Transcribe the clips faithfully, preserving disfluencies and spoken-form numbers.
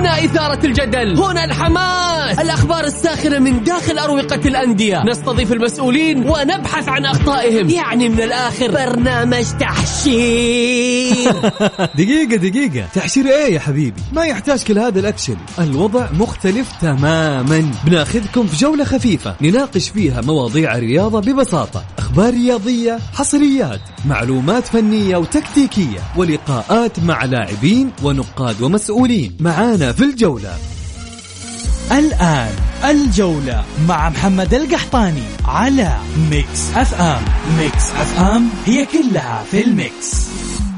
هنا إثارة الجدل، هنا الحماس، الأخبار الساخنة من داخل أروقة الأندية، نستضيف المسؤولين ونبحث عن أخطائهم. يعني من الآخر برنامج تحشير. دقيقة دقيقة، تحشير إيه يا حبيبي؟ ما يحتاج كل هذا الأكشن. الوضع مختلف تماما. بناخذكم في جولة خفيفة نناقش فيها مواضيع الرياضة ببساطة، أخبار رياضية، حصريات، معلومات فنية وتكتيكية، ولقاءات مع لاعبين ونقاد ومسؤولين. معانا في الجولة. الآن الجولة مع محمد القحطاني على ميكس أف أم. ميكس أف أم هي كلها في الميكس.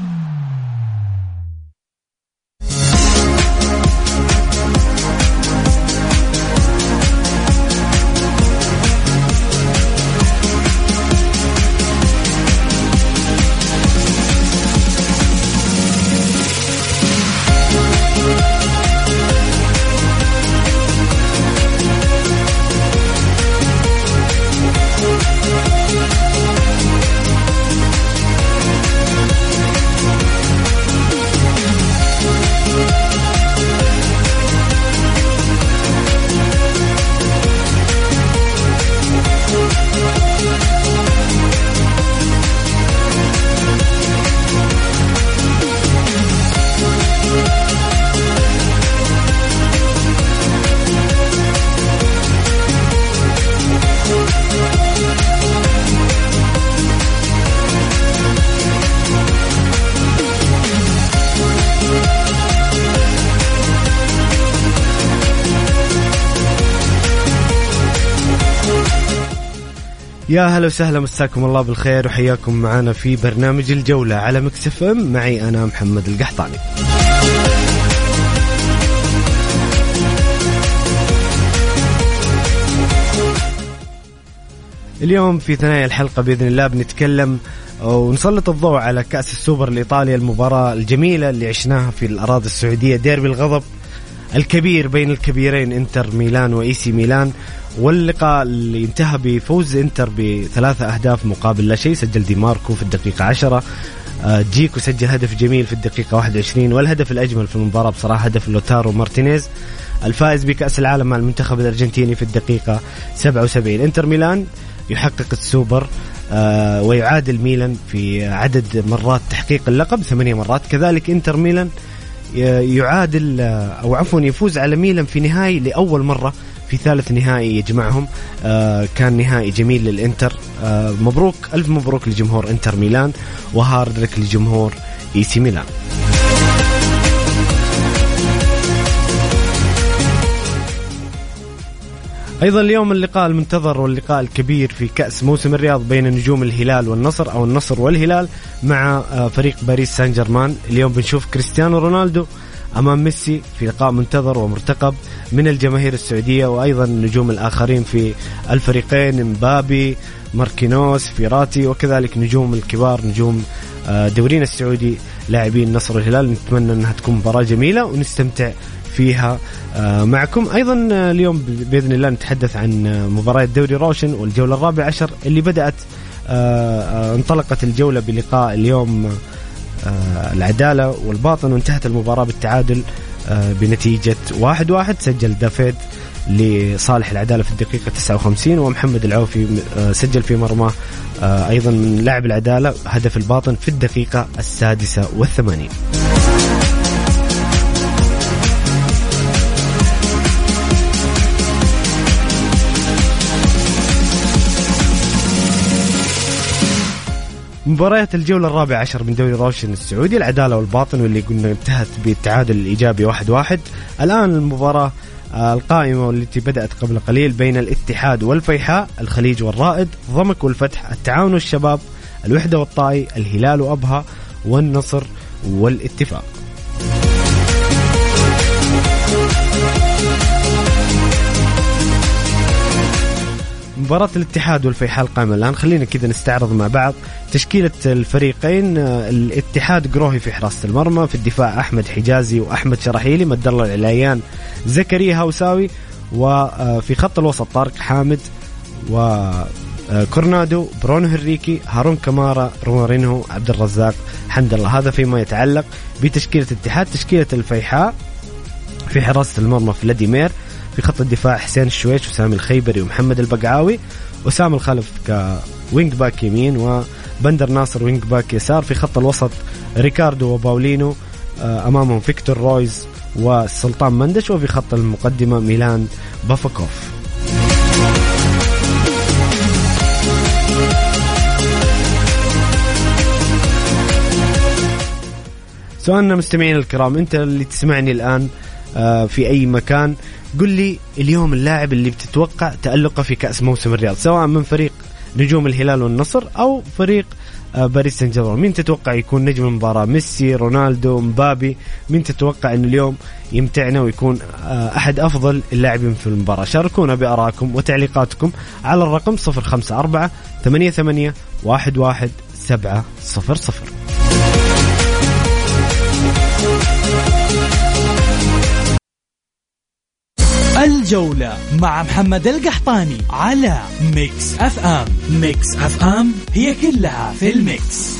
يا هلا وسهلا، مساكم الله بالخير وحياكم معنا في برنامج الجولة على ميكس اف ام. معي أنا محمد القحطاني. اليوم في ثنايا الحلقة بإذن الله بنتكلم ونسلط الضوء على كأس السوبر الإيطالي، المباراة الجميلة اللي عشناها في الأراضي السعودية، ديربي الغضب الكبير بين الكبيرين انتر ميلان وإيسي ميلان، واللقاء اللي انتهى بفوز انتر بثلاثة أهداف مقابل لا شيء. سجل دي ماركو في الدقيقة عشرة، جيكو سجل هدف جميل في الدقيقة واحد وعشرين، والهدف الأجمل في المباراة بصراحة هدف لوتارو مارتينيز الفائز بكأس العالم مع المنتخب الأرجنتيني في الدقيقة سبعة وسبعين. انتر ميلان يحقق السوبر ويعادل ميلان في عدد مرات تحقيق اللقب ثمانية مرات. كذلك انتر ميلان يعادل أو عفوا يفوز على ميلان في نهائي لأول مرة في ثالث نهائي يجمعهم. آه كان نهائي جميل للإنتر. آه مبروك، ألف مبروك لجمهور إنتر ميلان، وهارد لك لجمهور إيسي ميلان. أيضا اليوم اللقاء المنتظر واللقاء الكبير في كأس موسم الرياض بين نجوم الهلال والنصر أو النصر والهلال مع فريق باريس سان جيرمان. اليوم بنشوف كريستيانو رونالدو أمام ميسي في لقاء منتظر ومرتقب من الجماهير السعودية، وأيضا النجوم الآخرين في الفريقين مبابي، ماركينوس، فيراتي، وكذلك نجوم الكبار نجوم دورينا السعودي لاعبين النصر والهلال. نتمنى أنها تكون مباراة جميلة ونستمتع فيها معكم. أيضا اليوم بإذن الله نتحدث عن مباراة دوري روشن والجولة الرابعة عشر اللي بدأت. انطلقت الجولة بلقاء اليوم العدالة والباطن، وانتهت المباراة بالتعادل بنتيجة واحد واحد. سجل دافيد لصالح العدالة في الدقيقة تسعة وخمسين، ومحمد العوفي سجل في مرماه أيضا من لاعب العدالة هدف الباطن في الدقيقة السادسة والثمانين. مباريات الجولة الرابعة عشر من دوري روشن السعودي، العدالة والباطن، واللي قلنا انتهت بالتعادل الإيجابي واحد واحد. الآن المباراة القائمة والتي بدأت قبل قليل بين الاتحاد والفيحاء، الخليج والرائد، ضمك والفتح، التعاون والشباب، الوحدة والطائي، الهلال وأبها، والنصر والاتفاق. مباراة الاتحاد والفيحاء القائمة الآن. خلينا كذا نستعرض مع بعض تشكيلة الفريقين. الاتحاد قروهي في حراسة المرمى، في الدفاع أحمد حجازي وأحمد شرحيلي، مد الله العليان، زكريا هوساوي، وفي خط الوسط طارق حامد وكورنادو، برونو هنريكي، هارون كمارا، رومارينهو، عبد الرزاق، حمد الله. هذا فيما يتعلق بتشكيلة الاتحاد. تشكيلة الفيحاء في حراسة المرمى فلاديمير، في خط الدفاع حسين الشويش وسامي الخيبري ومحمد البقعاوي، وسام الخلف كوينج باك يمين وبندر ناصر وينج باك يسار. في خط الوسط ريكاردو وباولينو، أمامهم فيكتور رويز وسلطان مندش، وفي خط المقدمة ميلان بافاكوف. سؤالنا مستمعين الكرام، أنت اللي تسمعني الآن في أي مكان، قل لي اليوم اللاعب اللي بتتوقع تألقه في كأس موسم الرياض، سواء من فريق نجوم الهلال والنصر أو فريق باريس سان جيرمان. مين تتوقع يكون نجم المباراة؟ ميسي، رونالدو، مبابي؟ مين تتوقع أن اليوم يمتعنا ويكون أحد أفضل اللاعبين في المباراة؟ شاركونا بآرائكم وتعليقاتكم على الرقم صفر خمسة أربعة ثمانية ثمانية واحد واحد سبعة صفر صفر. الجولة مع محمد القحطاني على ميكس أف أم. ميكس أف أم هي كلها في الميكس.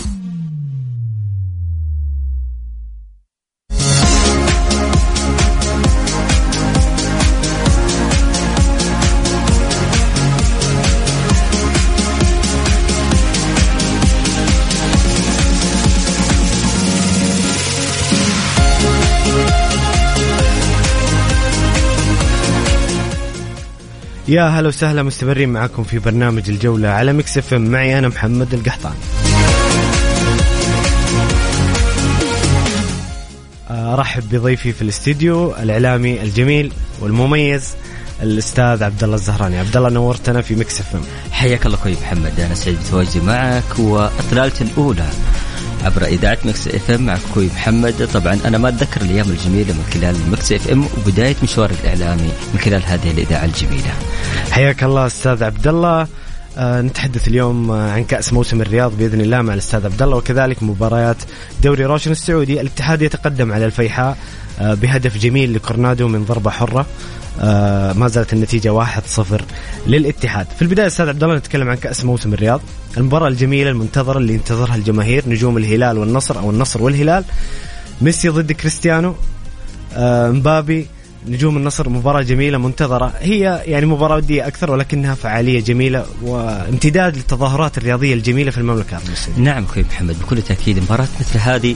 يا هلا وسهلا، مستمرين معكم في برنامج الجولة على ميكس اف ام، معي أنا محمد القحطاني. أرحب بضيفي في الاستديو الإعلامي الجميل والمميز الأستاذ عبد الله الزهراني. عبد الله نورتنا في ميكس اف ام. حياك الله أخوي محمد، أنا سعيد بتواجدي معك وأطلالتي الأولى عبر إذاعة ميكس اف ام معك أخوي محمد. طبعا أنا ما أتذكر الأيام الجميلة من خلال ميكس اف ام وبداية مشوار الإعلامي من خلال هذه الإذاعة الجميلة. حياك الله أستاذ عبد الله. آه نتحدث اليوم عن كأس موسم الرياض بإذن الله مع الأستاذ عبد الله، وكذلك مباريات دوري روشن السعودي. الاتحاد يتقدم على الفيحاء آه بهدف جميل لكورنادو من ضربة حرة. آه ما زالت النتيجة واحد صفر للاتحاد. في البداية أستاذ عبد الله نتكلم عن كأس موسم الرياض، المباراة الجميلة المنتظرة اللي ينتظرها الجماهير، نجوم الهلال والنصر أو النصر والهلال. ميسي ضد كريستيانو، آه مبابي نجوم النصر. مباراة جميلة منتظرة، هي يعني مباراة ودية أكثر ولكنها فعالية جميلة وامتداد للتظاهرات الرياضية الجميلة في المملكة العربية السعودية. نعم أخوي محمد، بكل تأكيد مباراة مثل هذه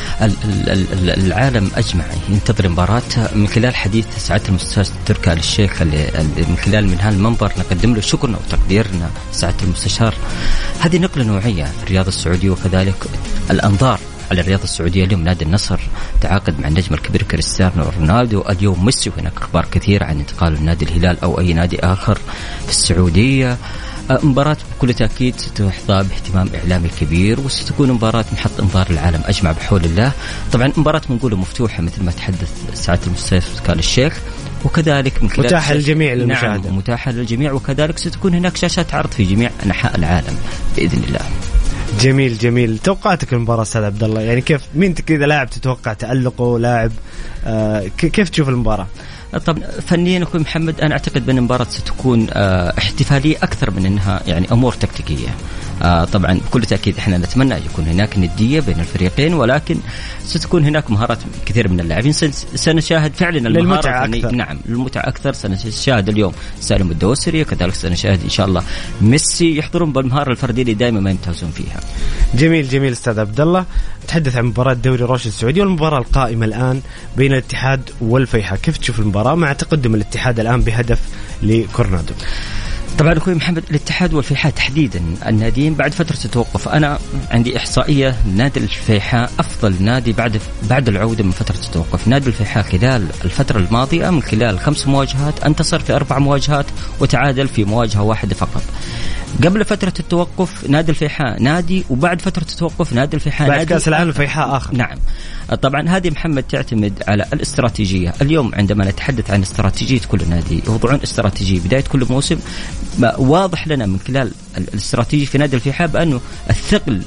العالم أجمع ينتظر مباراة. من خلال حديث سعادة المستشار تركي آل الشيخ اللي من خلال من هالمنبر نقدم له شكرنا وتقديرنا سعادة المستشار. هذه نقلة نوعية في الرياضة السعودية، وكذلك الأنظار على الرياضة السعودية. اليوم نادي النصر تعاقد مع النجم الكبير كريستيانو رونالدو، اليوم ميسي، وهناك أخبار كثيرة عن انتقال لنادي الهلال أو أي نادي آخر في السعودية. مباراة بكل تأكيد ستحظى باهتمام إعلامي كبير، وستكون مباراة محط انظار العالم أجمع بحول الله. طبعا مباراة بنقوله مفتوحة مثل ما تحدث سعادة المستشار تركي آل الشيخ، وكذلك من خلال متاحة للجميع للمشاهدة. نعم متاحة للجميع، وكذلك ستكون هناك شاشات عرض في جميع أنحاء العالم بإذن الله. جميل جميل. توقعاتك المباراة أستاذ عبد الله، يعني كيف مين كذا لاعب تتوقع تألقه لاعب آه كيف تشوف المباراة؟ طبعا فنيا أخوي محمد أنا أعتقد بأن المباراة ستكون آه احتفالية أكثر من أنها يعني أمور تكتيكية. آه طبعا بكل تأكيد إحنا نتمنى أن يكون هناك ندية بين الفريقين، ولكن ستكون هناك مهارات كثير من اللاعبين. سنشاهد فعلا المهارة أكثر. نعم للمتعة أكثر. سنشاهد اليوم سالم الدوسري، وكذلك سنشاهد إن شاء الله ميسي يحضرون بالمهارة الفردية اللي دائما ما يمتازون فيها. جميل جميل أستاذ عبد الله. تحدث عن مباراة دوري روشن السعودي والمباراة القائمة الآن بين الاتحاد والفيحاء، كيف تشوف المباراة مع تقدم الاتحاد الآن بهدف لكورنادو؟ طبعا أخوي محمد الاتحاد والفيحاء تحديدا الناديين بعد فترة التوقف، أنا عندي إحصائية نادي الفيحاء أفضل نادي بعد بعد العودة من فترة التوقف. نادي الفيحاء خلال الفترة الماضية من خلال خمس مواجهات انتصر في أربع مواجهات وتعادل في مواجهة واحدة فقط. قبل فترة التوقف نادي الفيحاء نادي، وبعد فترة التوقف نادي الفيحاء بعد نادي كأس العالم الفيحاء آخر. نعم طبعا هذه محمد تعتمد على الاستراتيجية. اليوم عندما نتحدث عن استراتيجية كل نادي يوضعون استراتيجية بداية كل موسم، واضح لنا من خلال الاستراتيجية في نادي الفيحاء بأنه الثقل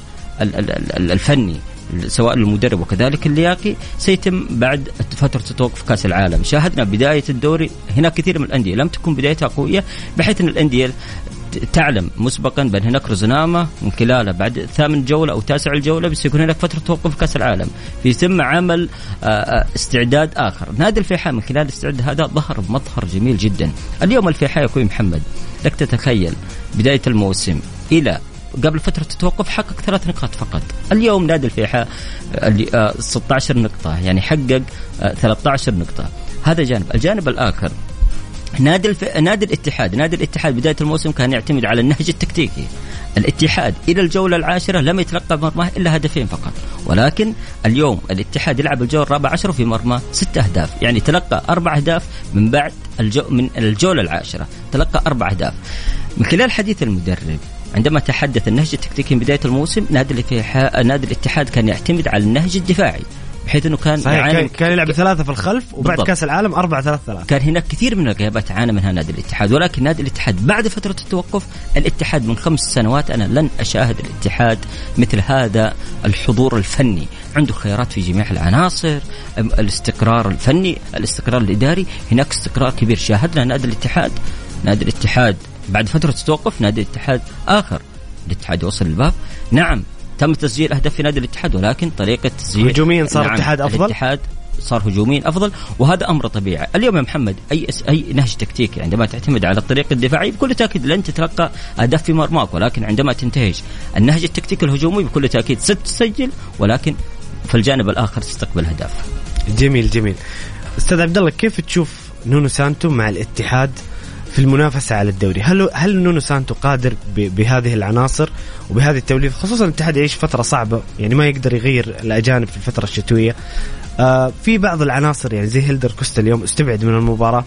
الفني سواء المدرب وكذلك اللياقي سيتم بعد فترة توقف كأس العالم. شاهدنا بداية الدوري هناك كثير من الأندية لم تكن بدايتها قوية، بحيث أن الأندية تعلم مسبقا بأن هناك رزنامة من خلالها بعد ثامن جولة أو تاسع الجولة بيكون هناك فترة توقف كأس العالم، في ثم عمل استعداد آخر. نادي الفيحاء من خلال الاستعداد هذا ظهر بمظهر جميل جدا. اليوم الفيحاء يكون محمد لك تتخيل بداية الموسم إلى قبل فترة التوقف حقق ثلاث نقاط فقط. اليوم نادي الفيحاء ستة عشر نقطة، يعني حقق ثلاثة عشر نقطة. هذا جانب. الجانب الآخر نادي الف... نادي الاتحاد نادي الاتحاد بداية الموسم كان يعتمد على النهج التكتيكي. الاتحاد إلى الجولة العاشرة لم يتلقى مرماه إلا هدفين فقط، ولكن اليوم الاتحاد يلعب الجولة الرابعة عشر في مرمى ست أهداف، يعني تلقى أربع أهداف من بعد الجو... من الجولة العاشرة تلقى أربع أهداف. من خلال حديث المدرب عندما تحدث النهج التكتيكي من بداية الموسم، نادي الاتحاد نادي الاتحاد كان يعتمد على النهج الدفاعي، بحيث انه كان كان, كان يلعب ثلاثة في الخلف، وبعد بالضبط. كاس العالم أربعة ثلاثة ثلاثة. كان هناك كثير من الغيابات عانى منها نادي الاتحاد، ولكن نادي الاتحاد بعد فترة التوقف، الاتحاد من خمس سنوات أنا لن أشاهد الاتحاد مثل هذا الحضور الفني، عنده خيارات في جميع العناصر، الاستقرار الفني، الاستقرار الإداري، هناك استقرار كبير. شاهدنا نادي الاتحاد نادي الاتحاد بعد فترة التوقف، نادي الاتحاد آخر الاتحاد وصل الباب. نعم تم تسجيل أهداف في نادي الاتحاد، ولكن طريقة تسجيل هجوميا صار نعم الاتحاد أفضل الاتحاد صار هجوميا أفضل، وهذا أمر طبيعي. اليوم يا محمد أي أي نهج تكتيكي عندما تعتمد على الطريقة الدفاعية بكل تأكيد لن تتلقى أهداف في مرماك، ولكن عندما تنتهج النهج التكتيكي الهجومي بكل تأكيد ستسجل، ولكن في الجانب الآخر تستقبل أهداف. جميل جميل. أستاذ عبد الله، كيف تشوف نونو سانتو مع الاتحاد في المنافسة على الدوري؟ هل هل نونو سانتو قادر بهذه العناصر وبهذه التوليفة، خصوصا الاتحاد يعيش فترة صعبة، يعني ما يقدر يغير الأجانب في الفترة الشتوية. آه في بعض العناصر يعني زي هيلدر كوستا اليوم استبعد من المباراة،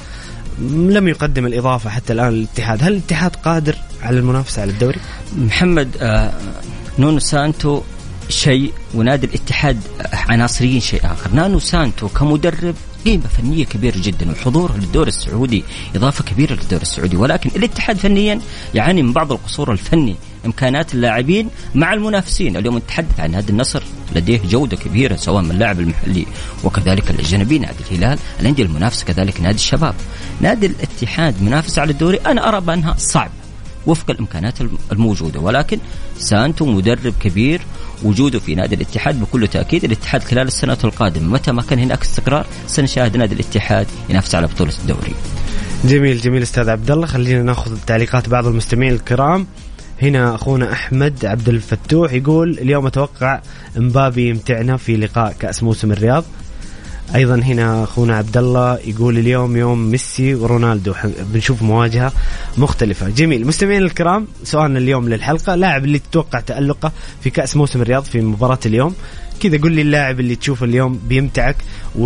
لم يقدم الإضافة حتى الآن للاتحاد. هل الاتحاد قادر على المنافسة على الدوري؟ محمد آه نونو سانتو شيء ونادي الاتحاد عناصريين شيء آخر. نونو سانتو كمدرب قيمة فنية كبيرة جدا، وحضوره للدور السعودي إضافة كبيرة للدور السعودي، ولكن الاتحاد فنيا يعاني من بعض القصور الفني، إمكانات اللاعبين مع المنافسين. اليوم نتحدث عن نادي النصر لديه جودة كبيرة سواء من اللاعب المحلي وكذلك الأجنبي، نادي الهلال، الأندية المنافسة كذلك نادي الشباب. نادي الاتحاد منافسة على الدوري أنا أرى بأنها صعب وفق الإمكانات الموجودة، ولكن سانتو مدرب كبير، وجوده في نادي الاتحاد بكل تأكيد. الاتحاد خلال السنوات القادمة متى ما كان هناك استقرار سنشاهد نادي الاتحاد ينافس على بطولة الدوري. جميل جميل أستاذ عبد الله. خلينا نأخذ تعليقات بعض المستمعين الكرام. هنا أخونا أحمد عبد الفتوح يقول اليوم أتوقع مبابي يمتعنا في لقاء كأس موسم الرياض. أيضا هنا أخونا عبد الله يقول اليوم يوم ميسي ورونالدو، بنشوف مواجهة مختلفة. جميل. مستمعين الكرام، سؤالنا اليوم للحلقة، لاعب اللي تتوقع تألقه في كأس موسم الرياض في مباراة اليوم. كذا قل لي اللاعب اللي تشوف اليوم بيمتعك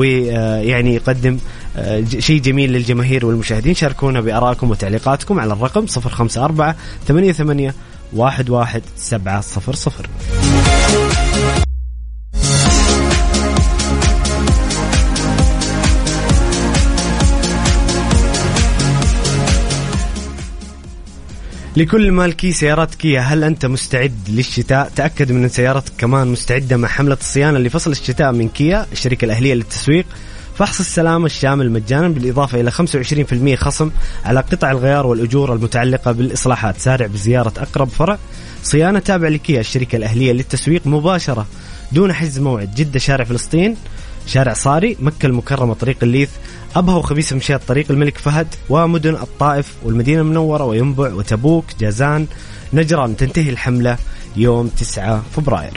ويعني يقدم شيء جميل للجماهير والمشاهدين. شاركونا بآرائكم وتعليقاتكم على الرقم صفر خمسة أربعة ثمانية ثمانية واحد واحد سبعة صفر صفر. لكل مالكي سيارات كيا، هل أنت مستعد للشتاء؟ تأكد من أن سيارتك كمان مستعدة مع حملة الصيانة لفصل الشتاء من كيا، الشركة الأهلية للتسويق. فحص السلامة الشامل مجانا، بالإضافة إلى خمسة وعشرين بالمئة خصم على قطع الغيار والأجور المتعلقة بالإصلاحات. سارع بزيارة أقرب فرع صيانة تابع لكيا، الشركة الأهلية للتسويق، مباشرة دون حجز موعد. جدة شارع فلسطين، شارع صاري، مكة المكرمة طريق الليث، أبها وخبيث مشيط طريق الملك فهد، ومدن الطائف والمدينة المنورة وينبع وتبوك جازان نجران. تنتهي الحملة يوم تسعة فبراير.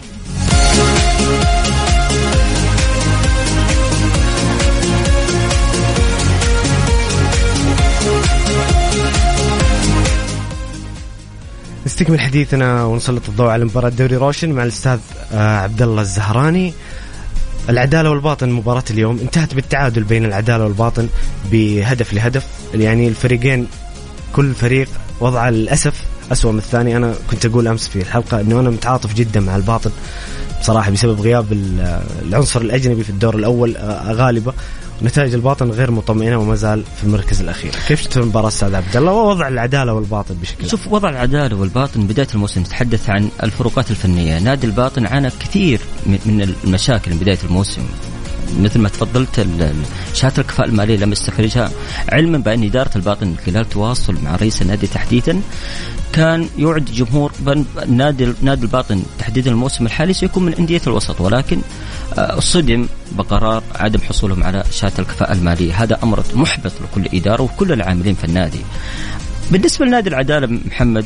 نستكمل حديثنا ونسلط الضوء على مباراة دوري روشن مع الأستاذ عبد الله الزهراني. العدالة والباطن، مباراة اليوم انتهت بالتعادل بين العدالة والباطن بهدف لهدف. يعني الفريقين كل فريق وضع للأسف أسوأ من الثاني. أنا كنت أقول أمس في الحلقة أنه أنا متعاطف جدا مع الباطن بصراحة بسبب غياب العنصر الأجنبي في الدور الأول غالبا، نتائج الباطن غير مطمئنة وما زال في المركز الأخير. كيف شفت المباراة أستاذ عبد الله ووضع العدالة والباطن بشكل؟ شوف، وضع العدالة والباطن بداية الموسم نتحدث عن الفروقات الفنية. نادي الباطن عانى كثير من المشاكل من بداية الموسم، مثل ما تفضلت شهادة الكفاءة المالية لم يستخرجها، علما بأن إدارة الباطن من خلال تواصل مع رئيس النادي تحديدا كان يوعد جمهور نادي نادي الباطن تحديدا الموسم الحالي سيكون من أندية الوسط، ولكن صدم بقرار عدم حصولهم على شهادة الكفاءة المالية. هذا أمر محبط لكل إدارة وكل العاملين في النادي. بالنسبة لنادي العدالة محمد،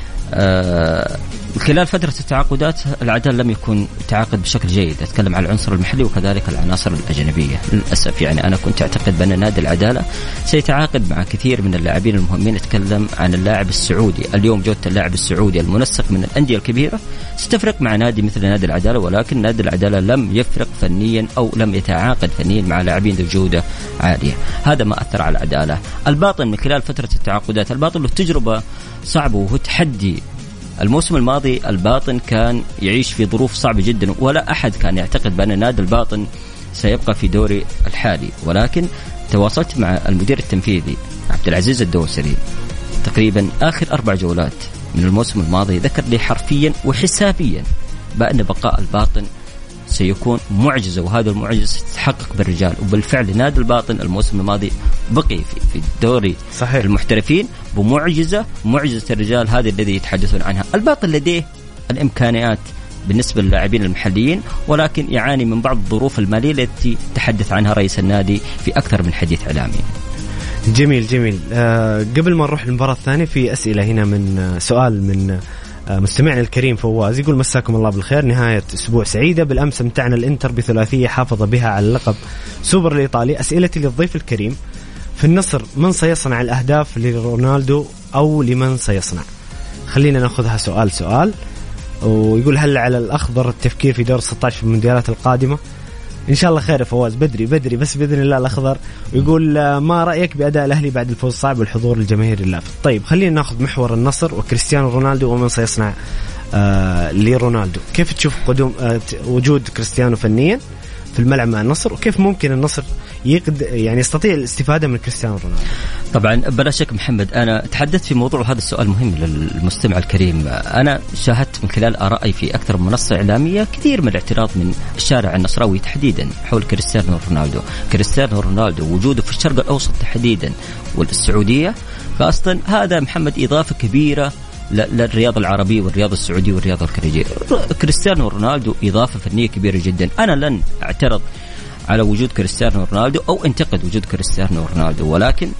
آه خلال فترة التعاقدات العدالة لم يكن تعاقد بشكل جيد. أتكلم عن العنصر المحلي وكذلك العناصر الأجنبية. للأسف يعني أنا كنت أعتقد بأن نادي العدالة سيتعاقد مع كثير من اللاعبين المهمين. أتكلم عن اللاعب السعودي. اليوم جودة اللاعب السعودي المنسق من الأندية الكبيرة ستفرق مع نادي مثل نادي العدالة، ولكن نادي العدالة لم يفرق فنيا أو لم يتعاقد فنيا مع لاعبين ذو جودة عالية. هذا ما أثر على العدالة. الباطن من خلال فترة التعاقدات، الباطن له تجربة صعبة وهو تحدي. الموسم الماضي الباطن كان يعيش في ظروف صعبة جدا، ولا أحد كان يعتقد بأن نادي الباطن سيبقى في دوري الحالي، ولكن تواصلت مع المدير التنفيذي عبد العزيز الدوسري تقريبا آخر أربع جولات من الموسم الماضي، ذكر لي حرفيا وحسابيا بأن بقاء الباطن سيكون معجزة، وهذا المعجزة ستتحقق بالرجال. وبالفعل نادي الباطن الموسم الماضي بقي في في الدوري صحيح المحترفين بمعجزة، معجزة الرجال هذه الذي يتحدثون عنها. الباطن لديه الإمكانيات بالنسبة للاعبين المحليين، ولكن يعاني من بعض الظروف المالية التي تحدث عنها رئيس النادي في أكثر من حديث إعلامي. جميل جميل. آه قبل ما نروح للمباراة الثانية في أسئلة هنا من آه سؤال من مستمعنا الكريم فواز، يقول مساكم الله بالخير، نهاية أسبوع سعيدة. بالأمس امتعنا الإنتر بثلاثية حافظ بها على اللقب سوبر الإيطالي. أسئلتي للضيف الكريم، في النصر من سيصنع الأهداف لرونالدو أو لمن سيصنع؟ خلينا نأخذها سؤال سؤال. ويقول هل على الأخضر التفكير في دور ستة عشر في المونديالات القادمة؟ إن شاء الله خير فواز، بدري بدري بس بإذن الله الأخضر. ويقول ما رأيك بأداء الأهلي بعد الفوز الصعب والحضور الجماهيري اللافت؟ طيب خلينا نأخذ محور النصر وكريستيانو رونالدو ومن سيصنع آه لرونالدو. كيف تشوف قدوم آه وجود كريستيانو فنيا في الملعب مع النصر، وكيف ممكن النصر يقد يعني يستطيع الاستفادة من كريستيانو رونالدو؟ طبعا بلا شك محمد، أنا تحدثت في موضوع هذا السؤال مهم للمستمع الكريم. أنا شاهدت من خلال آرائي في أكثر من منصة إعلامية كثير من الاعتراض من الشارع النصراوي تحديدا حول كريستيانو رونالدو. كريستيانو رونالدو وجوده في الشرق الأوسط تحديدا والسعودية خاصة، هذا محمد إضافة كبيرة للرياضة العربية والرياضة السعودية والرياضة الخليجية. كريستيانو رونالدو إضافة فنية كبيرة جدا. أنا لن أعترض على وجود كريستيانو رونالدو أو انتقد وجود كريستيانو رونالدو، ولكن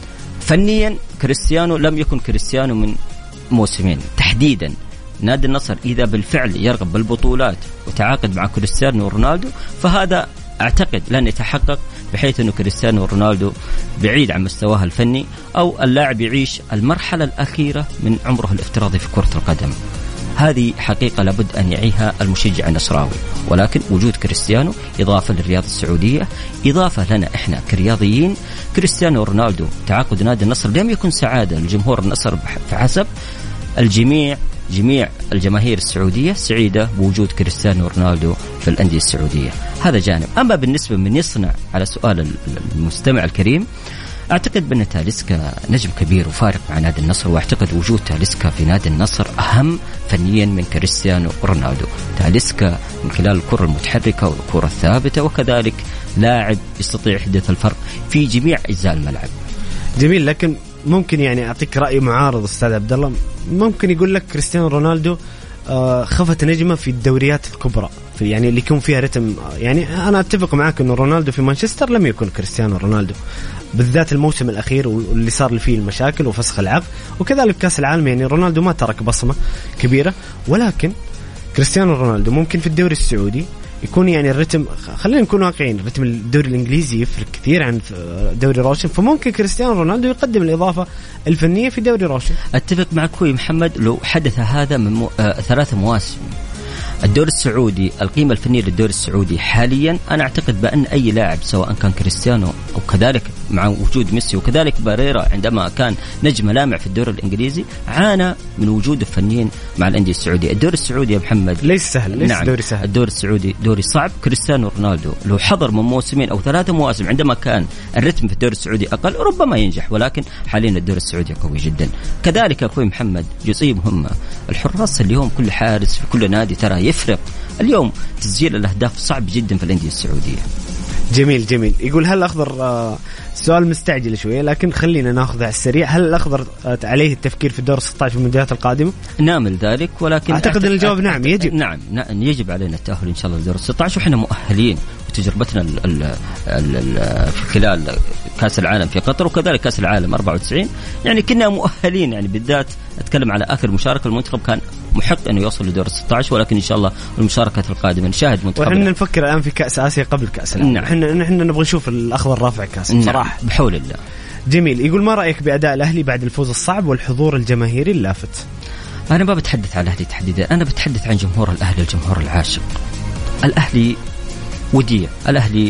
فنيا كريستيانو لم يكن كريستيانو من موسمين تحديدا. نادي النصر إذا بالفعل يرغب بالبطولات وتعاقد مع كريستيانو رونالدو، فهذا أعتقد لن يتحقق، بحيث أنه كريستيانو رونالدو بعيد عن مستواه الفني، أو اللاعب يعيش المرحلة الأخيرة من عمره الافتراضي في كرة القدم. هذه حقيقة لابد أن يعيها المشجع النصراوي. ولكن وجود كريستيانو إضافة للرياضة السعودية، إضافة لنا إحنا كرياضيين. كريستيانو رونالدو تعاقد نادي النصر لم يكن سعادة لجمهور النصر فحسب، الجميع جميع الجماهير السعودية سعيدة بوجود كريستيانو رونالدو في الأندية السعودية. هذا جانب. أما بالنسبة من يصنع على سؤال المستمع الكريم، أعتقد بأن تاليسكا نجم كبير وفارق مع نادي النصر، وأعتقد وجود تاليسكا في نادي النصر أهم فنيا من كريستيانو رونالدو. تاليسكا من خلال الكرة المتحركة والكرة الثابتة، وكذلك لاعب يستطيع حدث الفرق في جميع أجزاء الملعب. جميل. لكن ممكن يعني أعطيك رأي معارض أستاذ عبد الله، ممكن يقول لك كريستيانو رونالدو خفت نجمة في الدوريات الكبرى، في يعني اللي يكون فيها رتم. يعني أنا أتفق معك إنه رونالدو في مانشستر لم يكن كريستيانو رونالدو، بالذات الموسم الأخير واللي صار فيه المشاكل وفسخ العقد، وكذلك كأس العالم. يعني رونالدو ما ترك بصمة كبيرة، ولكن كريستيانو رونالدو ممكن في الدوري السعودي يكون يعني الرتم، خلينا نكون واقعيين، الرتم الدوري الإنجليزي يفرق كثير عن دوري روشن، فممكن كريستيانو رونالدو يقدم الإضافة الفنية في دوري روشن. أتفق معك أخوي محمد، لو حدث هذا من مو... آه... ثلاث مواسم الدوري السعودي، القيمة الفنية للدوري السعودي حاليا، أنا أعتقد بأن أي لاعب سواء كان كريستيانو أو كذلك مع وجود ميسي وكذلك باريرا عندما كان نجم لامع في الدوري الإنجليزي، عانى من وجوده فنيا مع الأندية السعودية. الدوري السعودي يا محمد ليس سهل، ليس نعم دوري سهل. الدوري السعودي دوري صعب. كريستيانو رونالدو لو حضر من موسمين أو ثلاثة مواسم عندما كان الرتم في الدوري السعودي أقل ربما ينجح، ولكن حاليا الدوري السعودي قوي جدا. كذلك أخوي محمد جزئية مهمة، الحراس اليوم كل حارس في كل نادي ترى يفرق. اليوم تسجيل الأهداف صعب جدا في الأندية السعودية. جميل جميل. يقول هل الأخضر آه سؤال مستعجل شوية لكن خلينا ناخذ على السريع. هل الأخضر آه عليه التفكير في الدور ستة عشر في المونديالات القادمة؟ نامل ذلك، ولكن أعتقد أن الجواب نعم يجب. نعم يجب علينا التأهل إن شاء الله لدور ستة عشر، وإحنا مؤهلين وتجربتنا ال ال ال ال في خلال كأس العالم في قطر وكذلك كأس العالم أربعة وتسعين يعني كنا مؤهلين. يعني بالذات أتكلم على آخر مشاركة المنتخب كان محق أنه يوصل لدور ستة عشر، ولكن إن شاء الله المشاركة القادمة نشاهد منتخبنا. وإحنا نفكر الآن في كأس آسيا قبل كأس العالم. نعم. إحنا إحنا نبغى نشوف الأخضر رافع كأس بصراحة. نعم. بحول الله. جميل. يقول ما رأيك بأداء الأهلي بعد الفوز الصعب والحضور الجماهيري اللافت؟ أنا ما بتحدث على الأهلي تحديدا، أنا بتحدث عن جمهور الأهلي، الجمهور العاشق. الأهلي وديع، الأهلي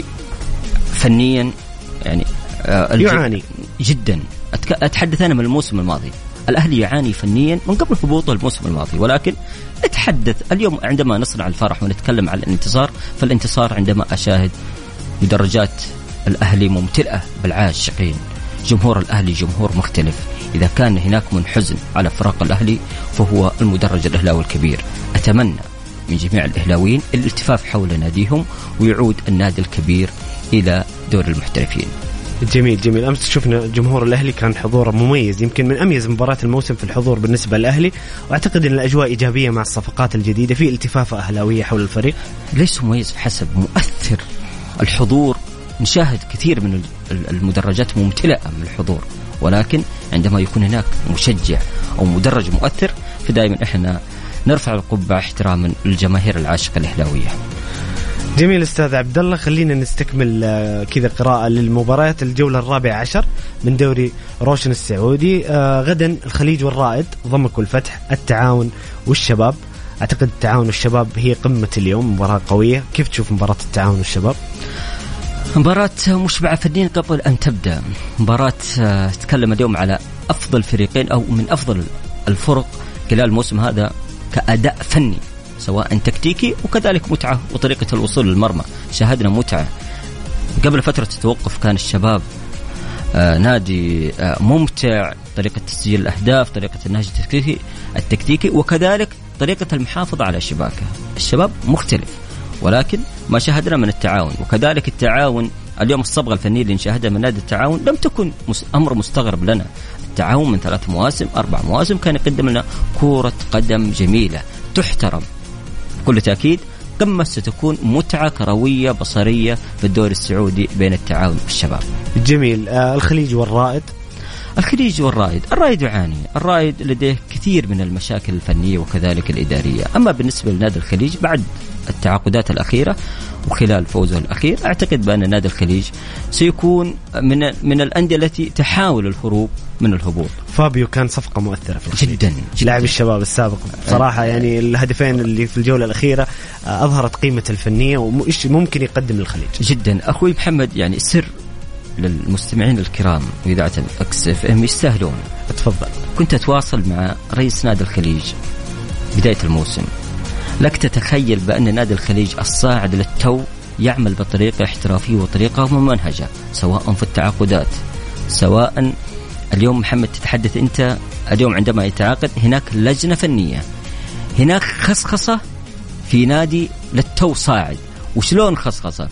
فنيا يعني آه يعاني جدا. أتحدث أنا من الموسم الماضي، الأهلي يعاني فنيا من قبل هبوطه الموسم الماضي، ولكن أتحدث اليوم عندما نصنع الفرح ونتكلم عن الانتصار، فالانتصار عندما أشاهد مدرجات الأهلي ممتلئة بالعاشقين. جمهور الأهلي جمهور مختلف. إذا كان هناك من حزن على فراق الأهلي فهو المدرج الأهلاوي الكبير. أتمنى من جميع الأهلاويين الالتفاف حول ناديهم ويعود النادي الكبير إلى دور المحترفين. جميل جميل. أمس شفنا جمهور الأهلي كان حضوره مميز، يمكن من أميز مباراة الموسم في الحضور بالنسبة للأهلي، وأعتقد أن الأجواء إيجابية مع الصفقات الجديدة، في التفافة أهلاوية حول الفريق. ليس مميز بحسب مؤثر الحضور. نشاهد كثير من المدرجات ممتلئة من الحضور، ولكن عندما يكون هناك مشجع أو مدرج مؤثر فدائما إحنا نرفع القبعة احتراما للجماهير العاشقة الأهلاوية. جميل أستاذ عبد الله. خلينا نستكمل كذا قراءة للمباريات الجولة الرابعة عشر من دوري روشن السعودي. آه غدا الخليج والرائد، ضمك والفتح، التعاون والشباب. أعتقد التعاون والشباب هي قمة اليوم، مباراة قوية. كيف تشوف مباراة التعاون والشباب؟ مباراة مشبعة فنيا قبل أن تبدأ. مباراة تتكلم اليوم على أفضل فريقين أو من أفضل الفرق خلال الموسم هذا كأداء فني، سواء تكتيكي وكذلك متعة وطريقة الوصول للمرمى. شاهدنا متعة. قبل فترة التوقف كان الشباب آه نادي آه ممتع، طريقة تسجيل الأهداف، طريقة النهج التكتيكي التكتيكي وكذلك طريقة المحافظة على شباكه. الشباب مختلف، ولكن ما شاهدنا من التعاون وكذلك التعاون اليوم الصبغة الفنية اللي نشاهدها من نادي التعاون لم تكن أمر مستغرب لنا. التعاون من ثلاث مواسم أربع مواسم كان يقدم لنا كرة قدم جميلة تحترم. بكل تأكيد قمة ستكون متعة كروية بصرية في الدوري السعودي بين التعاون والشباب. جميل. آه الخليج والرائد. الخليج والرائد، الرائد يعاني، الرائد لديه كثير من المشاكل الفنية وكذلك الإدارية. أما بالنسبة لنادي الخليج بعد التعاقدات الأخيرة وخلال فوزه الأخير أعتقد بأن نادي الخليج سيكون من من الأندية التي تحاول الهروب من الهبوط. فابيو كان صفقة مؤثرة في الخليج. جدا, جداً. لاعب الشباب السابق صراحة يعني الهدفين اللي في الجولة الأخيرة أظهرت قيمة الفنية وإيش ممكن يقدم للخليج. جدا. أخوي محمد يعني سر للمستمعين الكرام وإذاعة إكس إف إم يستاهلون. اتفضل. كنت أتواصل مع رئيس نادي الخليج بداية الموسم، لك تتخيل بأن نادي الخليج الصاعد للتو يعمل بطريقة احترافية وطريقة ممنهجة، سواء في التعاقدات سواء اليوم محمد تتحدث أنت اليوم عندما يتعاقد هناك لجنة فنية، هناك خصخصة في نادي للتو صاعد. وشلون خصخصة؟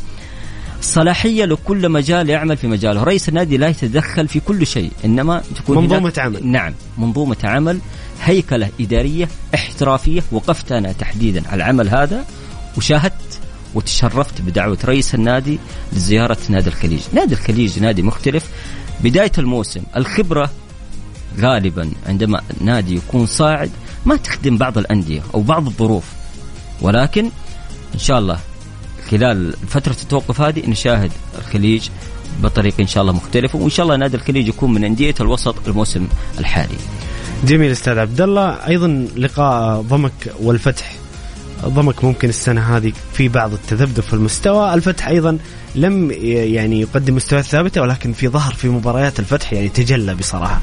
صلاحية لكل مجال يعمل في مجاله. رئيس النادي لا يتدخل في كل شيء، إنما تكون منظومة عمل. نعم منظومة عمل، هيكلة إدارية احترافية. وقفت أنا تحديدا على العمل هذا وشاهدت وتشرفت بدعوة رئيس النادي لزيارة نادي الخليج. نادي الخليج نادي مختلف. بداية الموسم الخبرة غالبا عندما نادي يكون صاعد ما تخدم بعض الأندية أو بعض الظروف، ولكن إن شاء الله خلال فترة التوقف هذه نشاهد الخليج بطريقة إن شاء الله مختلفة، وإن شاء الله نادي الخليج يكون من أندية الوسط الموسم الحالي. جميل أستاذ عبد الله. أيضا لقاء ضمك والفتح. ضمك ممكن السنة هذه في بعض التذبذب في المستوى، الفتح أيضا لم يعني يقدم مستويات ثابتة، ولكن في ظهر في مباريات الفتح يعني تجلى بصراحة.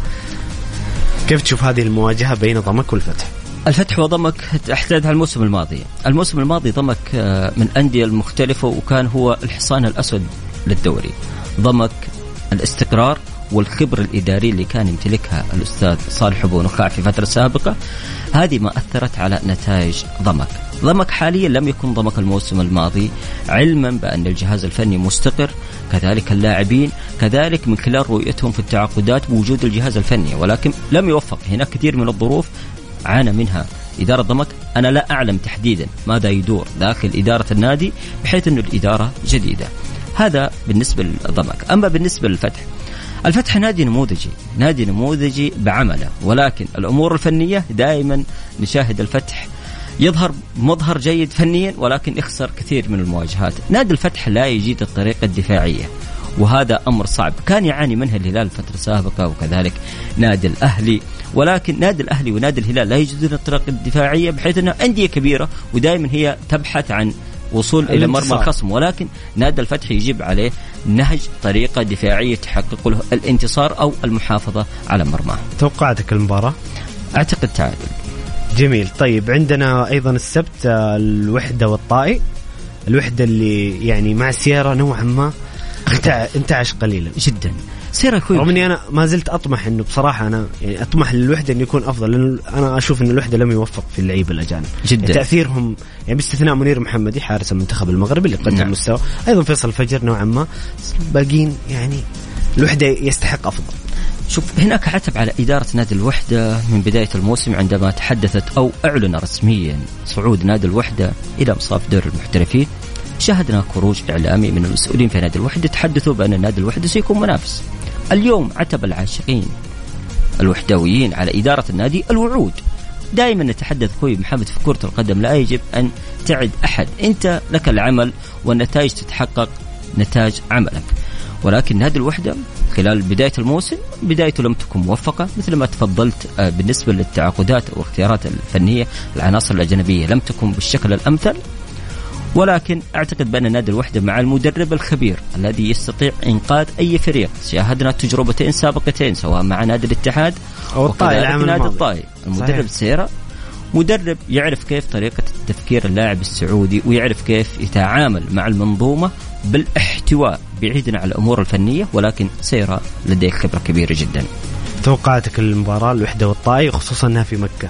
كيف تشوف هذه المواجهة بين ضمك والفتح؟ الفتح وضمك احتاجها الموسم الماضي. الموسم الماضي ضمك من أندية المختلفة وكان هو الحصان الأسود للدوري. ضمك الاستقرار والخبرة الإدارية اللي كان يمتلكها الأستاذ صالح أبو نخاع في فترة سابقة، هذه ما أثرت على نتائج ضمك. ضمك حاليا لم يكن ضمك الموسم الماضي، علما بأن الجهاز الفني مستقر، كذلك اللاعبين، كذلك من خلال رؤيتهم في التعاقدات بوجود الجهاز الفني، ولكن لم يوفق. هناك كثير من الظروف عانى منها إدارة ضمك. أنا لا أعلم تحديدا ماذا يدور داخل إدارة النادي بحيث أن الإدارة جديدة. هذا بالنسبة لضمك. أما بالنسبة للفتح، الفتح نادي نموذجي، نادي نموذجي بعمله، ولكن الأمور الفنية دائما نشاهد الفتح يظهر مظهر جيد فنيا ولكن يخسر كثير من المواجهات. نادي الفتح لا يجيد الطريقة الدفاعية، وهذا أمر صعب كان يعاني منه الهلال فترة سابقة، وكذلك نادي الأهلي. ولكن نادي الأهلي ونادي الهلال لا يجدون الطريقة الدفاعية بحيث أنها أندية كبيرة ودائما هي تبحث عن وصول إلى مرمى الخصم، ولكن نادي الفتح يجب عليه نهج طريقة دفاعية تحقق له الانتصار أو المحافظة على مرماه. توقعتك المباراة؟ أعتقد تعادل. جميل. طيب عندنا أيضا السبت الوحدة والطائي، الوحدة اللي يعني مع سيارة نوعا ما انتعش قليلا جدا. سير أخوي، رغم أني أنا ما زلت أطمح إنه بصراحة أنا يعني أطمح للوحدة إنه يكون أفضل، لأن أنا أشوف إن الوحدة لم يوفق في اللعيبة الأجانب جدا. يعني تأثيرهم يعني باستثناء منير محمدي حارس المنتخب المغربي اللي قدم نعم. مستوى، أيضا فيصل الفجر نوعا ما، باقين يعني الوحدة يستحق أفضل. شوف، هناك عتب على إدارة نادي الوحدة من بداية الموسم عندما تحدثت أو أعلن رسميا صعود نادي الوحدة إلى مصاف دور المحترفين. شاهدنا خروج إعلامي من المسؤولين في نادي الوحدة تحدثوا بأن نادي الوحدة سيكون منافس. اليوم عتب العاشقين الوحدويين على إدارة النادي الوعود. دائما نتحدث خوي محمد في كرة القدم لا يجب أن تعد أحد، أنت لك العمل والنتائج تتحقق نتاج عملك. ولكن نادي الوحدة خلال بداية الموسم بدايته لم تكن موفقة، مثل ما تفضلت بالنسبة للتعاقدات واختيارات الفنية العناصر الأجنبية لم تكن بالشكل الأمثل. ولكن أعتقد بأن نادي الوحدة مع المدرب الخبير الذي يستطيع إنقاذ أي فريق، شاهدنا تجربتين سابقتين سواء مع نادي الاتحاد أو الطائي، نادي الطائي. المدرب سيرة مدرب يعرف كيف طريقة تفكير اللاعب السعودي، ويعرف كيف يتعامل مع المنظومة بالاحتواء بعيدا عن الأمور الفنية، ولكن سيرة لديه خبرة كبيرة جدا. توقعاتك المباراة الوحدة والطائي خصوصا أنها في مكة؟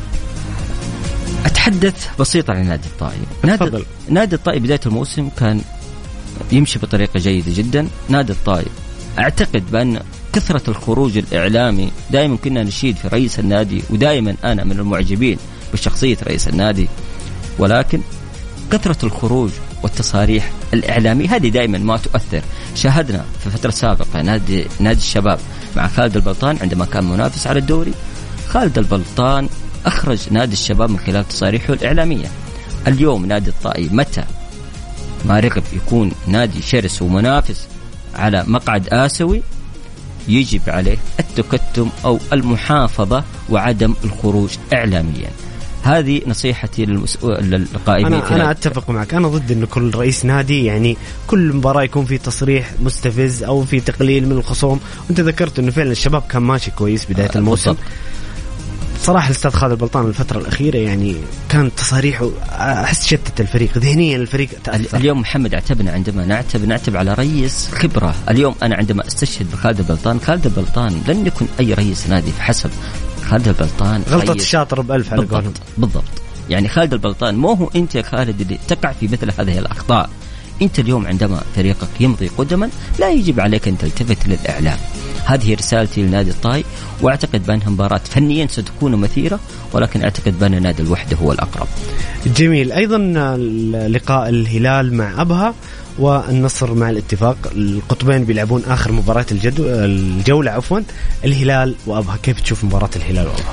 أتحدث بسيطا عن نادي الطائي. نادي, نادي الطائي بداية الموسم كان يمشي بطريقة جيدة جدا. نادي الطائي أعتقد بأن كثرة الخروج الإعلامي، دائما كنا نشيد في رئيس النادي، ودائما أنا من المعجبين بشخصية رئيس النادي، ولكن كثرة الخروج والتصاريح الإعلامي هذه دائما ما تؤثر. شاهدنا في فترة سابقة نادي نادي الشباب مع خالد البلطان عندما كان منافس على الدوري، خالد البلطان أخرج نادي الشباب من خلال تصاريحه الإعلامية. اليوم نادي الطائي متى ما رغب يكون نادي شرس ومنافس على مقعد آسيوي يجب عليه التكتم أو المحافظة وعدم الخروج إعلاميا. هذه نصيحتي للقائمين. أنا, أنا أتفق معك. أنا ضد أن كل رئيس نادي يعني كل مباراة يكون في تصريح مستفز أو في تقليل من الخصوم. وأنت ذكرت أنه فعلا الشباب كان ماشي كويس بداية الموسم. صراحة الأستاذ خالد البلطان الفترة الأخيرة يعني كان تصاريحه أحس شتت الفريق ذهنيا. الفريق تأثر. اليوم محمد اعتبنا عندما نعتب نعتب على رئيس خبرة. اليوم أنا عندما استشهد بخالد البلطان، خالد البلطان لن يكن أي رئيس نادي فحسب. خالد البلطان غلطة الشاطر بألف على قولهم. بالضبط. يعني خالد البلطان مو هو أنت يا خالد اللي تقع في مثل هذه الأخطاء. أنت اليوم عندما فريقك يمضي قدما لا يجب عليك أن تلتفت للإعلام. هذه رسالتي لنادي الطائي، وأعتقد بأنها مباراة فنيا ستكون مثيرة، ولكن أعتقد بأن نادي الوحدة هو الأقرب. جميل. أيضا لقاء الهلال مع أبها والنصر مع الاتفاق، القطبين بيلعبون آخر مباراة الجولة عفوا. الهلال وأبها، كيف تشوف مباراة الهلال وأبها؟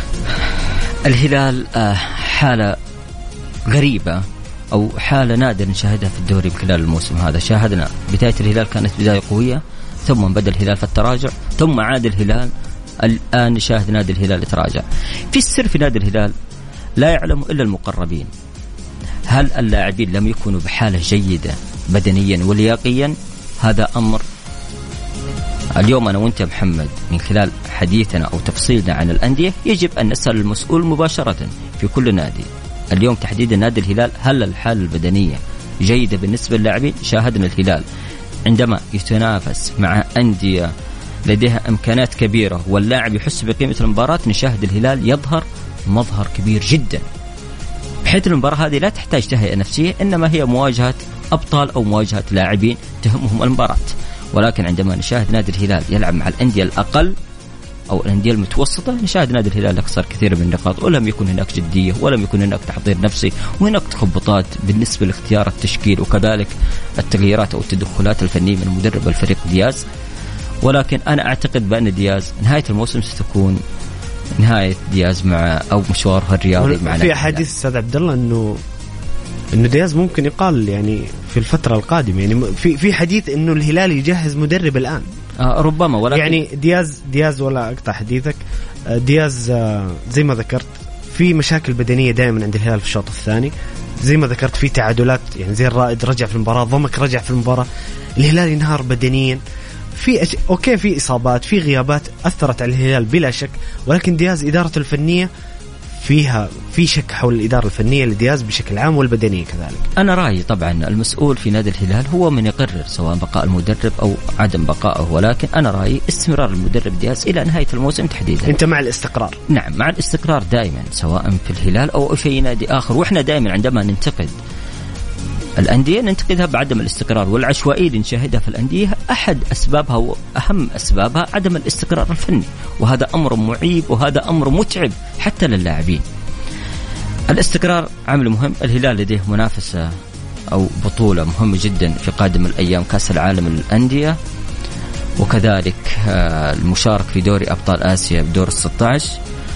الهلال حالة غريبة أو حالة نادر نشاهدها في الدوري خلال الموسم هذا. شاهدنا بداية الهلال كانت بداية قوية، ثم بدأ الهلال في التراجع، ثم عاد الهلال. الآن نشاهد نادي الهلال يتراجع. في السر في نادي الهلال لا يعلم إلا المقربين. هل اللاعبين لم يكونوا بحالة جيدة بدنيا ولياقيا؟ هذا أمر اليوم أنا وأنت محمد من خلال حديثنا أو تفصيلنا عن الأندية يجب أن نسأل المسؤول مباشرة في كل نادي. اليوم تحديدا نادي الهلال، هل الحالة البدنية جيدة بالنسبة للاعبين؟ شاهدنا الهلال عندما يتنافس مع أندية لديها إمكانات كبيرة واللاعب يحس بقيمة المباراة، نشاهد الهلال يظهر مظهر كبير جدا، بحيث المباراة هذه لا تحتاج تهيئة نفسية، إنما هي مواجهة أبطال أو مواجهة لاعبين تهمهم المباراة. ولكن عندما نشاهد نادي الهلال يلعب مع الأندية الأقل أو الأندية المتوسطة، نشاهد نادي الهلال يخسر كثير من النقاط، ولم يكن هناك جدية، ولم يكن هناك تحضير نفسي، وهناك تخبطات بالنسبة لاختيار التشكيل، وكذلك التغييرات أو التدخلات الفنية من مدرب الفريق دياز. ولكن أنا أعتقد بأن دياز نهاية الموسم ستكون نهاية دياز مع أو مشواره الرياضي مع في أحاديث أستاذ عبد الله إنه إنه دياز ممكن يقال يعني في الفترة القادمة، يعني في في حديث إنه الهلال يجهز مدرب الآن. آه ربما، ولكن يعني دياز دياز ولا أقطع حديثك، دياز زي ما ذكرت في مشاكل بدنية دائما عند الهلال في الشوط الثاني، زي ما ذكرت في تعادلات، يعني زي الرائد رجع في المباراة، ضمك رجع في المباراة، الهلال ينهار بدنيا، في أش... أوكي في إصابات، في غيابات أثرت على الهلال بلا شك، ولكن دياز إدارته الفنية فيها في شك حول الإدارة الفنية لدياز بشكل عام والبدنية كذلك. أنا رأيي طبعا المسؤول في نادي الهلال هو من يقرر سواء بقاء المدرب أو عدم بقائه، ولكن أنا رأيي استمرار المدرب دياز إلى نهاية الموسم تحديدا. أنت مع الاستقرار؟ نعم مع الاستقرار دائما، سواء في الهلال أو في نادي آخر. وإحنا دائما عندما ننتقد الأندية ننتقدها بعدم الاستقرار والعشوائية اللي نشاهدها في الأندية، أحد أسبابها وأهم أسبابها عدم الاستقرار الفني، وهذا أمر معيب وهذا أمر متعب حتى للاعبين. الاستقرار عامل مهم. الهلال لديه منافسة أو بطولة مهمة جدا في قادم الأيام، كأس العالم للأندية، وكذلك المشارك في دوري أبطال آسيا بدور الستة عشر.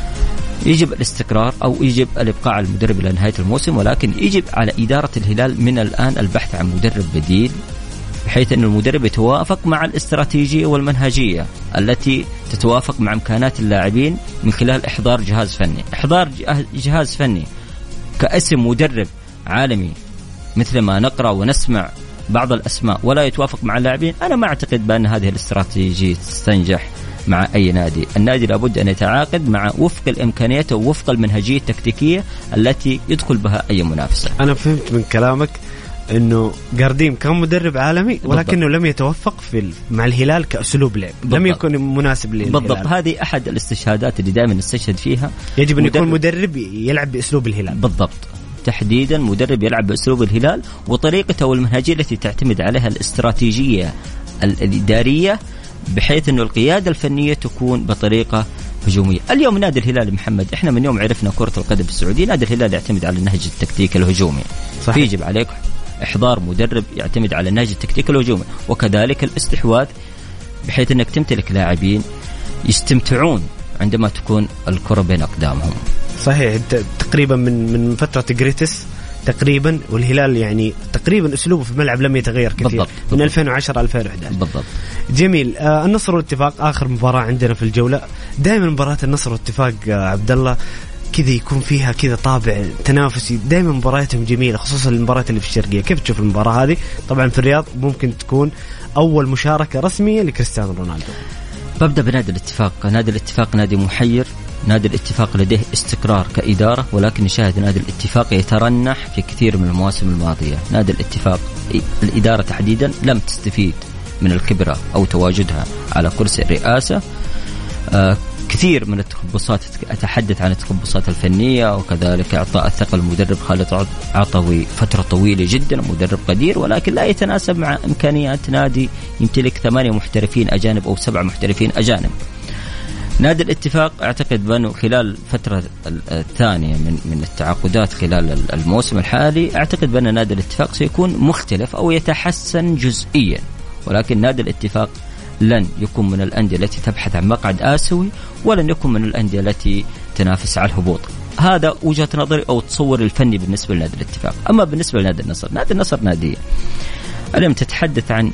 يجب الاستقرار أو يجب الإبقاء على المدرب إلى نهاية الموسم، ولكن يجب على إدارة الهلال من الآن البحث عن مدرب بديل، بحيث أن المدرب يتوافق مع الاستراتيجية والمنهجية التي تتوافق مع إمكانات اللاعبين من خلال إحضار جهاز فني. إحضار جهاز فني كاسم مدرب عالمي مثل ما نقرأ ونسمع بعض الأسماء ولا يتوافق مع اللاعبين، أنا ما أعتقد بأن هذه الاستراتيجية تستنجح مع أي نادي. النادي لابد أن يتعاقد مع وفق الإمكانيات ووفق المنهجية التكتيكية التي يدخل بها أي منافسة. أنا فهمت من كلامك أنه جارديم كان مدرب عالمي ولكنه بالضبط. لم يتوفق في مع الهلال كأسلوب لعب، لم يكن مناسب للهلال. بالضبط، هذه أحد الاستشهادات اللي دائما نستشهد فيها. يجب أن يكون مدرب يلعب بأسلوب الهلال. بالضبط، تحديدا مدرب يلعب بأسلوب الهلال وطريقته والمنهجية التي تعتمد عليها الاستراتيجية الإدارية، بحيث أنه القيادة الفنية تكون بطريقة هجومية. اليوم نادي الهلال محمد، إحنا من يوم عرفنا كرة القدم السعودية نادي الهلال يعتمد على النهج التكتيكي الهجومي. صحيح. يجب عليك إحضار مدرب يعتمد على النهج التكتيكي الهجومي، وكذلك الاستحواذ، بحيث أنك تمتلك لاعبين يستمتعون عندما تكون الكرة بين أقدامهم. صحيح، تقريبا من من فترة جريتس تقريبا، والهلال يعني تقريبا أسلوبه في الملعب لم يتغير كثير. بالضبط. بالضبط. من ألفين وعشرة ألفين وإحدى عشر. بالضبط. جميل. آه النصر والاتفاق آخر مباراة عندنا في الجولة. دائما مباراة النصر والاتفاق آه عبد الله كذا يكون فيها كذا طابع تنافسي، دائما مبارياتهم جميلة، خصوصا المباريات اللي في الشرقية. كيف تشوف المباراة هذه؟ طبعا في الرياض ممكن تكون أول مشاركة رسمية لكريستيانو رونالدو. ببدأ بنادي الاتفاق. نادي الاتفاق نادي محير، نادي الاتفاق لديه استقرار كإدارة، ولكن نشاهد نادي الاتفاق يترنح في كثير من المواسم الماضية. نادي الاتفاق الإدارة تحديدا لم تستفيد من الخبرة أو تواجدها على كرسي الرئاسة. آه كثير من التخبصات، أتحدث عن التخبصات الفنية، وكذلك إعطاء الثقة المدرب خالد عطوي فترة طويلة جدا، مدرب قدير ولكن لا يتناسب مع إمكانيات نادي يمتلك ثمانية محترفين أجانب أو سبعة محترفين أجانب. نادي الاتفاق أعتقد بأنه خلال فترة الثانية من من التعاقدات خلال الموسم الحالي، أعتقد بأن نادي الاتفاق سيكون مختلف أو يتحسن جزئيا، ولكن نادي الاتفاق لن يكون من الأندية التي تبحث عن مقعد آسيوي، ولن يكون من الأندية التي تنافس على الهبوط. هذا وجهة نظري أو تصور الفني بالنسبة لنادي الاتفاق. أما بالنسبة لنادي النصر، نادي النصر نادي اليوم تتحدث عن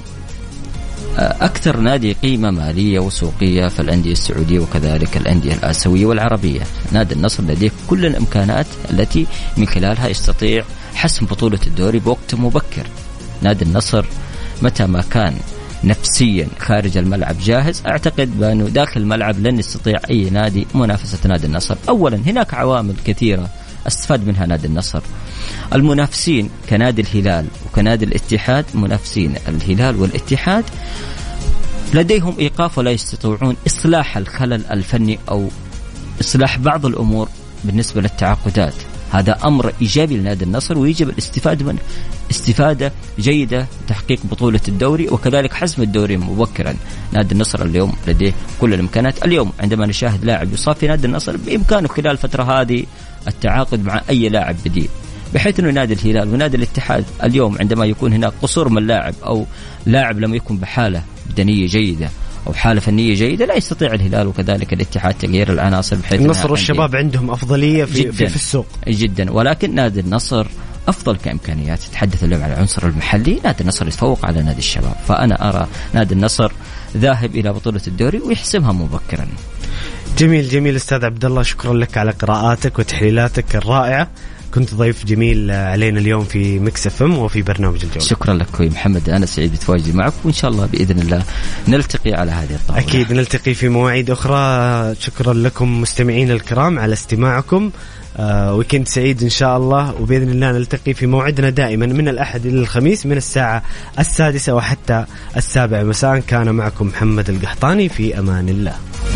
أكثر نادي قيمة مالية وسوقية في الأندية السعودية وكذلك الأندية الآسيوية والعربية. نادي النصر لديه كل الإمكانات التي من خلالها يستطيع حسم بطولة الدوري بوقت مبكر. نادي النصر متى ما كان نفسيا خارج الملعب جاهز، أعتقد بأنه داخل الملعب لن يستطيع أي نادي منافسة نادي النصر. أولا هناك عوامل كثيرة استفاد منها نادي النصر. المنافسين كنادي الهلال وكنادي الاتحاد، منافسين الهلال والاتحاد لديهم إيقاف ولا يستطيعون إصلاح الخلل الفني أو إصلاح بعض الأمور بالنسبة للتعاقدات. هذا أمر إيجابي لنادي النصر ويجب الاستفادة منه استفادة جيدة، تحقيق بطولة الدوري وكذلك حسم الدوري مبكرا. نادي النصر اليوم لديه كل الإمكانات. اليوم عندما نشاهد لاعب يصاب في نادي النصر بإمكانه خلال الفترة هذه التعاقد مع أي لاعب بديل، بحيث أنه نادي الهلال ونادي الاتحاد اليوم عندما يكون هناك قصور من لاعب أو لاعب لم يكن بحالة بدنية جيدة أو حالة فنية جيدة، لا يستطيع الهلال وكذلك الاتحاد تغيير العناصر، بحيث النصر والشباب عندهم أفضلية في, في, في السوق جدا. ولكن نادي النصر أفضل كإمكانيات. تتحدث اليوم على العنصر المحلي، نادي النصر يتفوق على نادي الشباب. فأنا أرى نادي النصر ذاهب إلى بطولة الدوري ويحسمها مبكرا. جميل جميل أستاذ عبد الله، شكرا لك على قراءاتك وتحليلاتك الرائعة. كنت ضيف جميل علينا اليوم في ميكس اف ام وفي برنامج الجولة. شكرا لك أخوي محمد، أنا سعيد بتواجدي معك، وإن شاء الله بإذن الله نلتقي على هذه الطاولة. أكيد نلتقي في مواعيد أخرى. شكرا لكم مستمعين الكرام على استماعكم. آه ويكند سعيد إن شاء الله، وبإذن الله نلتقي في موعدنا دائما من الأحد إلى الخميس من الساعة السادسة وحتى السابعة مساء. كان معكم محمد القحطاني، في أمان الله.